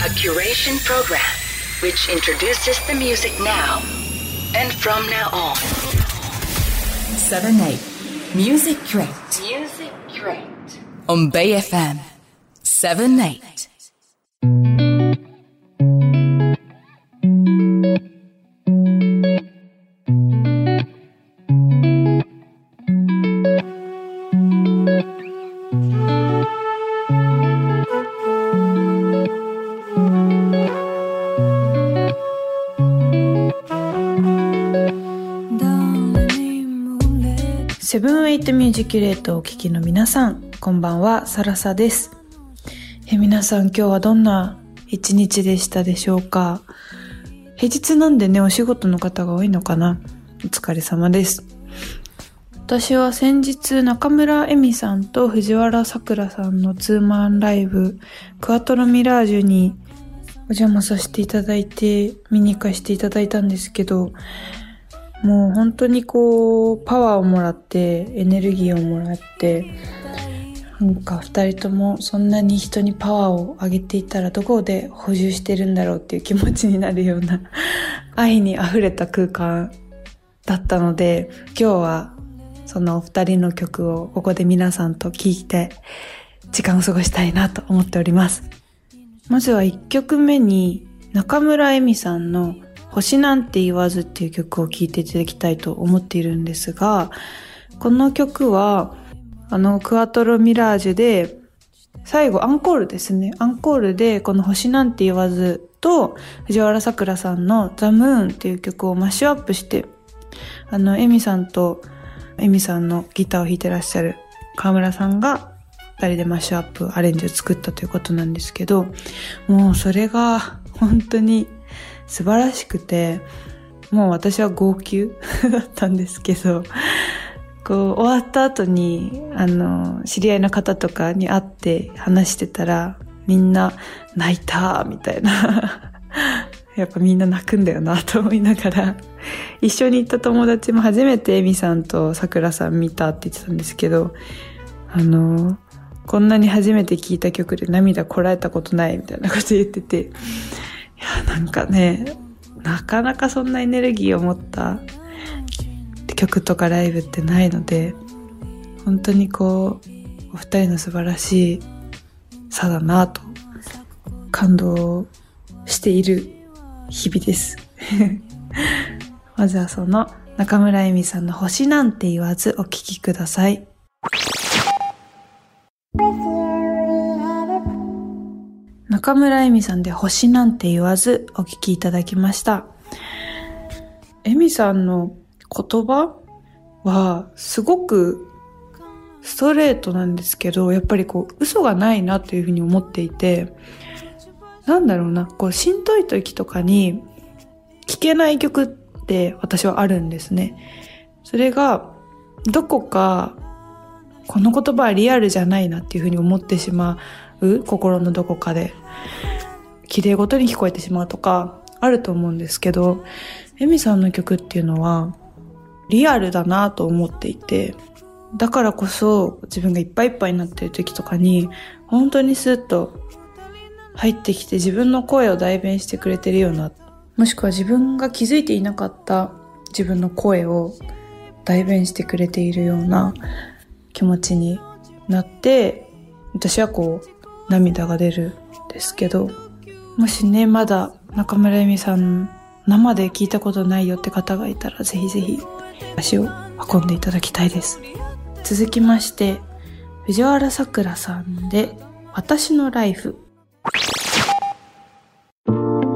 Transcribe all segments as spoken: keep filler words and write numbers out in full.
A curation program which introduces the music now and from now on. seven eight Music Crate. Music Crate. On Bay エフエム セブンエイト. セブンエイトミュージキュレートをお聞きの皆さん、こんばんは、サラサです。え皆さん、今日はどんな一日でしたでしょうか。平日なんでね、お仕事の方が多いのかな。お疲れ様です。私は先日、中村恵美さんと藤原さくらさんのツーマンライブ、クアトロミラージュにお邪魔させていただいて、見に行かせていただいたんですけど、もう本当にこうパワーをもらってエネルギーをもらってなんか二人ともそんなに人にパワーをあげていたらどこで補充してるんだろうっていう気持ちになるような愛に溢れた空間だったので、今日はそのお二人の曲をここで皆さんと聴いて時間を過ごしたいなと思っております。まずは一曲目に中村恵美さんの星なんて言わずっていう曲を聴いていただきたいと思っているんですが、この曲はあのクアトロミラージュで最後アンコールですね。アンコールでこの星なんて言わずと藤原さくらさんのザムーンっていう曲をマッシュアップして、あのエミさんとエミさんのギターを弾いてらっしゃる川村さんが二人でマッシュアップアレンジを作ったということなんですけど、もうそれが本当に素晴らしくて、もう私は号泣だったんですけど、こう終わった後にあの知り合いの方とかに会って話してたら、みんな泣いたみたいなやっぱみんな泣くんだよなと思いながら、一緒に行った友達も初めてエミさんとさくらさん見たって言ってたんですけど、あのこんなに初めて聴いた曲で涙こらえたことないみたいなこと言ってて、いやなんかね、なかなかそんなエネルギーを持った曲とかライブってないので、本当にこうお二人の素晴らしさだなと感動している日々ですまずはその中村恵美さんの星なんて言わずお聴きください。中村恵美さんで星なんて言わずお聞きいただきました。恵美さんの言葉はすごくストレートなんですけど、やっぱりこう嘘がないなというふうに思っていて、なんだろうな、こうしんどい時とかに聴けない曲って私はあるんですね。それがどこかこの言葉はリアルじゃないなっていうふうに思ってしまう、心のどこかで綺麗ごとに聞こえてしまうとかあると思うんですけど、エミさんの曲っていうのはリアルだなと思っていて、だからこそ自分がいっぱいいっぱいになってる時とかに本当にスッと入ってきて自分の声を代弁してくれてるような、もしくは自分が気づいていなかった自分の声を代弁してくれているような気持ちになって、私はこう涙が出るんですけど、もしねまだ中村恵美さん生で聞いたことないよって方がいたら、ぜひぜひ足を運んでいただきたいです。続きまして藤原さくらさんで私のライフ。お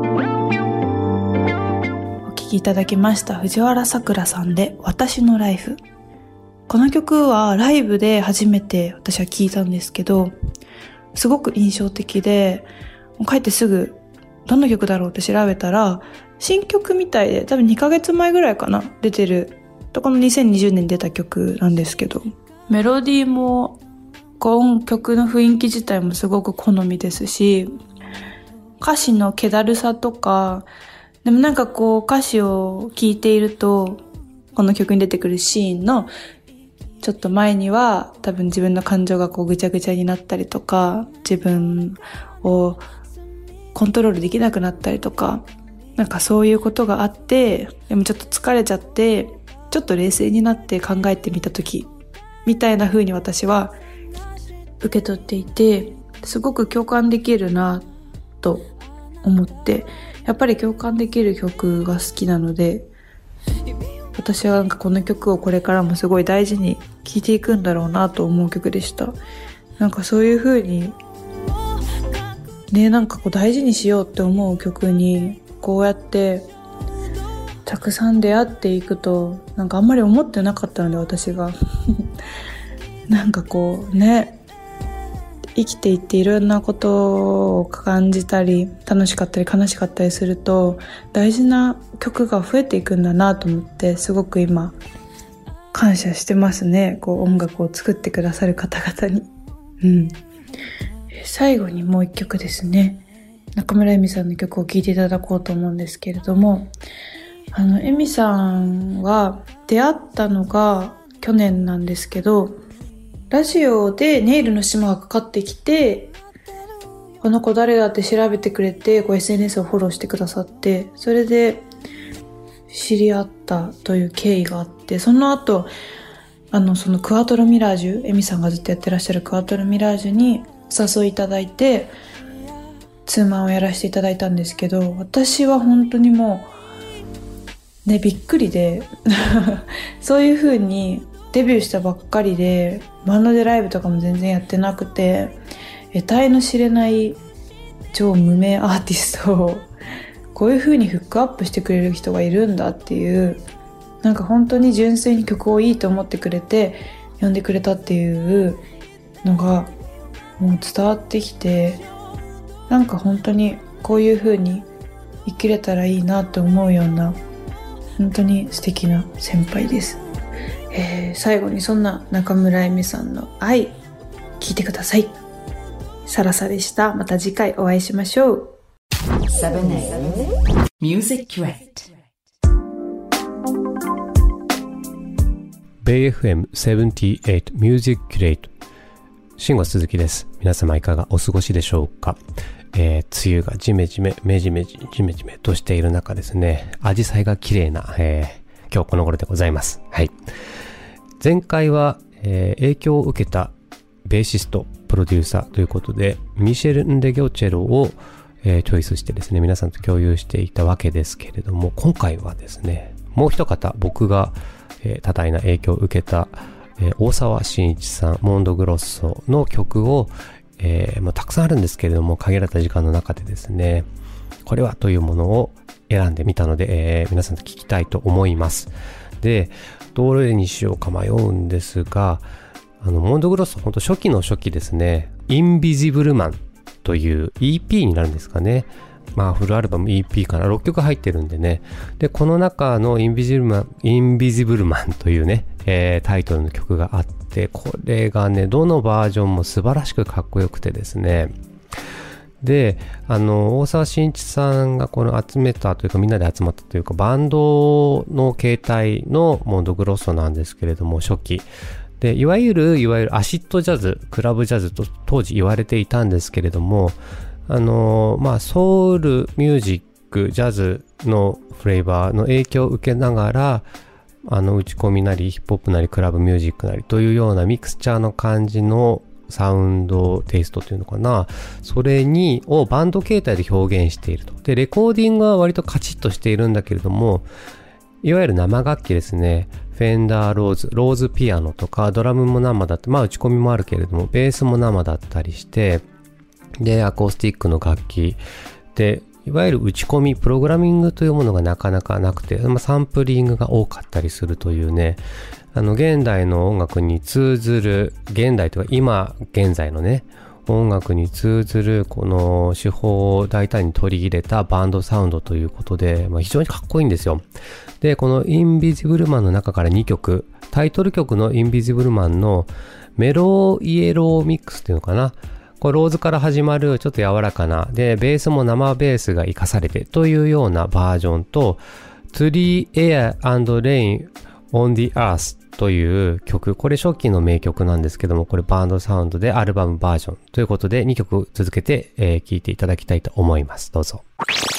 聞きいただきました藤原さくらさんで私のライフ。この曲はライブで初めて私は聴いたんですけど、すごく印象的で、帰ってすぐどんな曲だろうって調べたら新曲みたいで、多分にかげつまえぐらいかな出てると、このにせんにじゅうねんに出た曲なんですけど、メロディーもこの曲の雰囲気自体もすごく好みですし、歌詞の気だるさとか、でもなんかこう歌詞を聴いていると、この曲に出てくるシーンのちょっと前には多分自分の感情がこうぐちゃぐちゃになったりとか、自分をコントロールできなくなったりとか、なんかそういうことがあって、でもちょっと疲れちゃって、ちょっと冷静になって考えてみたとき、みたいな風に私は受け取っていて、すごく共感できるなと思って、やっぱり共感できる曲が好きなので、私はなんかこの曲をこれからもすごい大事に聴いていくんだろうなと思う曲でした。なんかそういう風にね、なんかこう大事にしようって思う曲にこうやってたくさん出会っていくと、なんかあんまり思ってなかったので、私がなんかこうね、生きていっていろんなことを感じたり、楽しかったり悲しかったりすると、大事な曲が増えていくんだなと思って、すごく今感謝してますね。こう音楽を作ってくださる方々に。うん。最後にもう一曲ですね。中村恵美さんの曲を聴いていただこうと思うんですけれども、あの恵美さんは出会ったのが去年なんですけど、ラジオでネイルの島がかかってきて、この子誰だって調べてくれて、こう エスエヌエス をフォローしてくださって、それで知り合ったという経緯があって、その後あのそのクアトロミラージュ、恵美さんがずっとやってらっしゃるクアトロミラージュにお誘いいただいてツーマンをやらせていただいたんですけど、私は本当にもうねびっくりでそういう風にデビューしたばっかりで、バンドでライブとかも全然やってなくて、得体の知れない超無名アーティストをこういう風にフックアップしてくれる人がいるんだっていう、なんか本当に純粋に曲をいいと思ってくれて呼んでくれたっていうのがもう伝わってきて、なんか本当にこういう風に生きれたらいいなと思うような、本当に素敵な先輩です。えー、最後にそんな中村恵美さんの愛、聞いてください。サラサでした。また次回お会いしましょう。セブンエイ Music Crate ベイ エフエムセブンティーエイト Music Crate、慎吾鈴木です。皆様いかがお過ごしでしょうか。えー、梅雨がジメジメメジメジジメジメとしている中ですね、アジサイが綺麗な、えー、今日この頃でございます。はい。前回は、えー、影響を受けたベーシストプロデューサーということでミシェル・ンデギョチェロを、えー、チョイスしてですね、皆さんと共有していたわけですけれども、今回はですね、もう一方僕が、えー、多大な影響を受けた、えー、大沢慎一さん、モンドグロッソの曲を、えー、もうたくさんあるんですけれども、限られた時間の中でですね、これはというものを選んでみたので、えー、皆さんと聞きたいと思います。で、どれにしようか迷うんですが、あのモンドグロッソ本当初期の初期ですね、インビジブルマンという イーピー になるんですかね。まあフルアルバム イーピー かな、ろっきょく入ってるんでね。で、この中のインビジブルマン、インビジブルマンというね、えー、タイトルの曲があって、これがね、どのバージョンも素晴らしくかっこよくてですね。で、あの、大沢慎一さんがこの集めたというか、みんなで集まったというか、バンドの形態のモンドグロッソなんですけれども、初期。で、いわゆる、いわゆるアシッドジャズ、クラブジャズと当時言われていたんですけれども、あの、まあ、ソウル、ミュージック、ジャズのフレーバーの影響を受けながら、あの、打ち込みなり、ヒップホップなり、クラブミュージックなりというようなミクスチャーの感じのサウンドテイストというのかな、それにをバンド形態で表現していると。で、レコーディングは割とカチッとしているんだけれども、いわゆる生楽器ですね、フェンダーローズ、ローズピアノとかドラムも生だって、まあ打ち込みもあるけれども、ベースも生だったりして、で、アコースティックの楽器で、いわゆる打ち込み、プログラミングというものがなかなかなくて、まあ、サンプリングが多かったりするというね、あの現代の音楽に通ずる、現代というか今現在のね、音楽に通ずるこの手法を大胆に取り入れたバンドサウンドということで、まあ、非常にかっこいいんですよ。で、このインビジブルマンの中からにきょく、タイトル曲のインビジブルマンのメロイエローミックスっていうのかな、これローズから始まるちょっと柔らかな、で、ベースも生ベースが活かされてというようなバージョンと、ツリーエア&レインオンディアースという曲、これ初期の名曲なんですけども、これバンドサウンドでアルバムバージョンということでにきょく続けて、えー、聴いていただきたいと思います。どうぞ。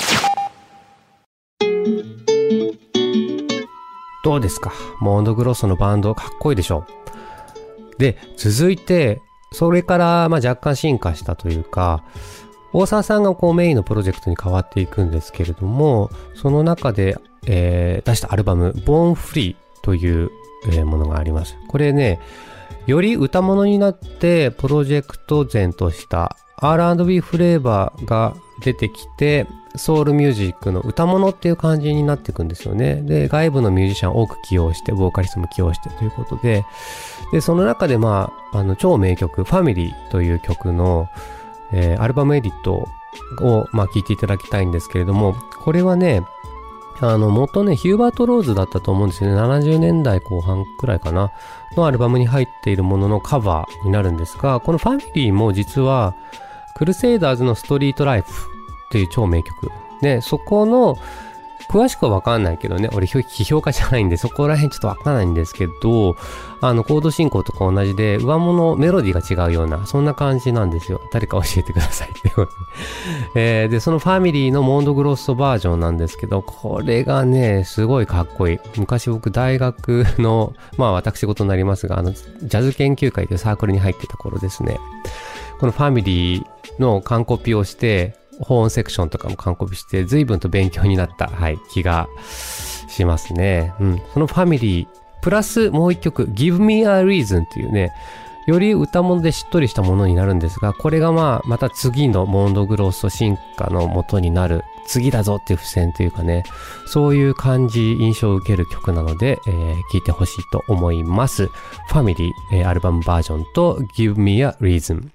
どうですか？モンドグロッソのバンドかっこいいでしょ。で、続いてそれからまあ若干進化したというか、大沢さんがこうメインのプロジェクトに変わっていくんですけれども、その中で、えー、出したアルバム Born Free という、えー、ものがあります。これね、より歌物になってプロジェクト前とした アールアンドビー フレーバーが出てきて、ソウルミュージックの歌物っていう感じになっていくんですよね。で、外部のミュージシャンを多く起用して、ボーカリストも起用してということで、で、その中でまあ、あの、超名曲、ファミリーという曲の、えー、アルバムエディットを、まあ、聴いていただきたいんですけれども、これはね、あの、元ね、ヒューバート・ローズだったと思うんですよね。ななじゅうねんだいこう半くらいかな、のアルバムに入っているもののカバーになるんですが、このファミリーも実は、クルセイダーズのストリートライフっていう超名曲。で、そこの、詳しくはわかんないけどね、俺批評家じゃないんで、そこら辺ちょっとわかんないんですけど、あの、コード進行とか同じで、上物、メロディーが違うような、そんな感じなんですよ。誰か教えてくださいってことで。えー、で、そのファミリーのモンドグロッソバージョンなんですけど、これがね、すごいかっこいい。昔僕大学の、まあ私事になりますが、あの、ジャズ研究会というサークルに入ってた頃ですね。このファミリーの完コピをして、ホーンセクションとかも完コピして随分と勉強になった、はい、気がしますね。うん。そのファミリー、プラスもう一曲、Give Me a Reason っていうね、より歌物でしっとりしたものになるんですが、これがまあ、また次のモンドグロッソ進化の元になる、次だぞっていう付箋というかね、そういう感じ、印象を受ける曲なので、えー、聴いてほしいと思います。ファミリー、えー、アルバムバージョンと Give Me a Reason。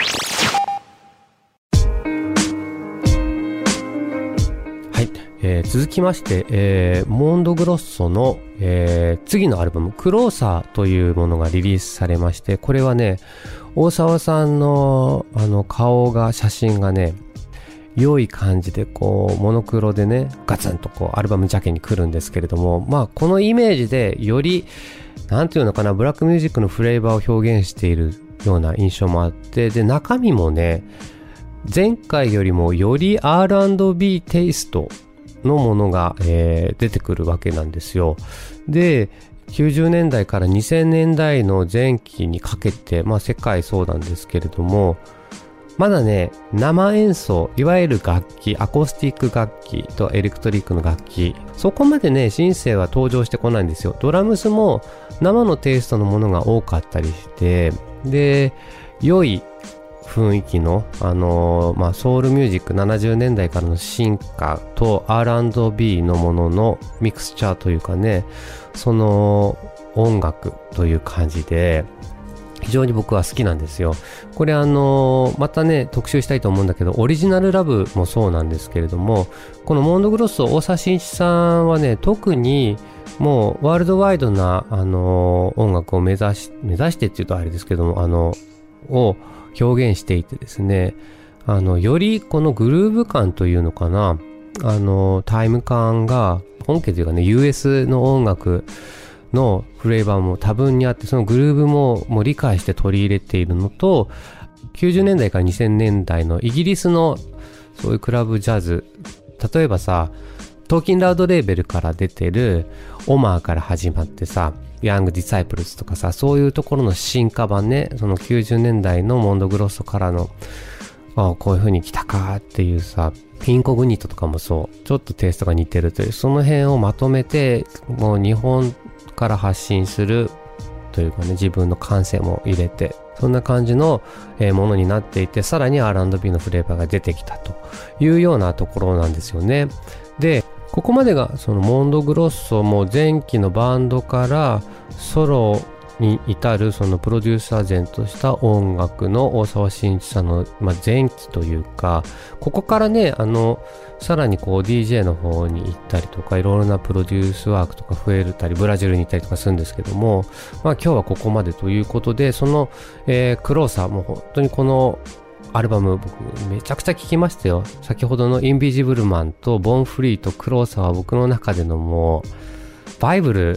えー、続きまして、えー、モンドグロッソの、えー、次のアルバム、クローサーというものがリリースされまして、これはね、大沢さんの、あの、顔が、写真がね、良い感じで、こう、モノクロでね、ガツンとこう、アルバムジャケに来るんですけれども、まあ、このイメージで、より、なんていうのかな、ブラックミュージックのフレーバーを表現しているような印象もあって、で、中身もね、前回よりもより アールアンドビー テイスト、のものが、えー、出てくるわけなんですよ。で、きゅうじゅうねんだいからにせんねんだいの前期にかけて、まあ世界そうなんですけれども、まだね、生演奏、いわゆる楽器、アコースティック楽器とエレクトリックの楽器、そこまでね、シンセは登場してこないんですよ。ドラムスも生のテイストのものが多かったりして、で、良い雰囲気の、あのー、まあ、ソウルミュージックななじゅうねんだいからの進化と アールアンドビー のもののミクスチャーというかね、その音楽という感じで、非常に僕は好きなんですよ。これあのー、またね、特集したいと思うんだけど、オリジナルラブもそうなんですけれども、このモンドグロッソ、大沢慎一さんはね、特にもうワールドワイドな、あのー、音楽を目指し、目指してっていうとあれですけども、あの、を表現していてですね、あの、よりこのグルーヴ感というのかな、あの、タイム感が、本家というかね、ユーエス の音楽のフレーバーも多分にあって、そのグルーヴももう理解して取り入れているのと、きゅうじゅうねんだいからにせんねんだいのイギリスのそういうクラブジャズ、例えばさ、トーキンラウドレーベルから出てるオマーから始まってさ、ヤングディサイプルズとかさ、そういうところの進化版ね、そのきゅうじゅうねんだいのモンドグロッソからの、ああ、こういう風に来たかっていうさ、ピンコグニットとかもそう、ちょっとテイストが似てるという、その辺をまとめて、もう日本から発信するというかね、自分の感性も入れて、そんな感じの、えー、ものになっていて、さらに アールアンドビー のフレーバーが出てきたというようなところなんですよね。で、ここまでがそのモンドグロッソも前期のバンドからソロに至るそのプロデューサー前とした音楽の大沢慎一さんの、まあ、前期というか、ここからね、あのさらにこう ディージェー の方に行ったりとか、いろいろなプロデュースワークとか増えたり、ブラジルに行ったりとかするんですけども、まあ今日はここまでということで、その、えー、クローサーも本当にこのアルバム僕めちゃくちゃ聴きましたよ。先ほどのインビジブルマンとボーンフリーとクローサーは僕の中でのもうバイブル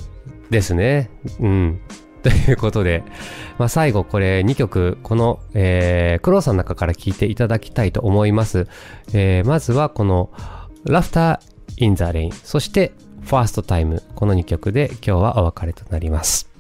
ですね。うん。ということで、まあ、最後これにきょくこの、えー、クローさんの中から聴いていただきたいと思います。えー、まずはこの Laughter in the Rain、そして First Time、このにきょくで今日はお別れとなります。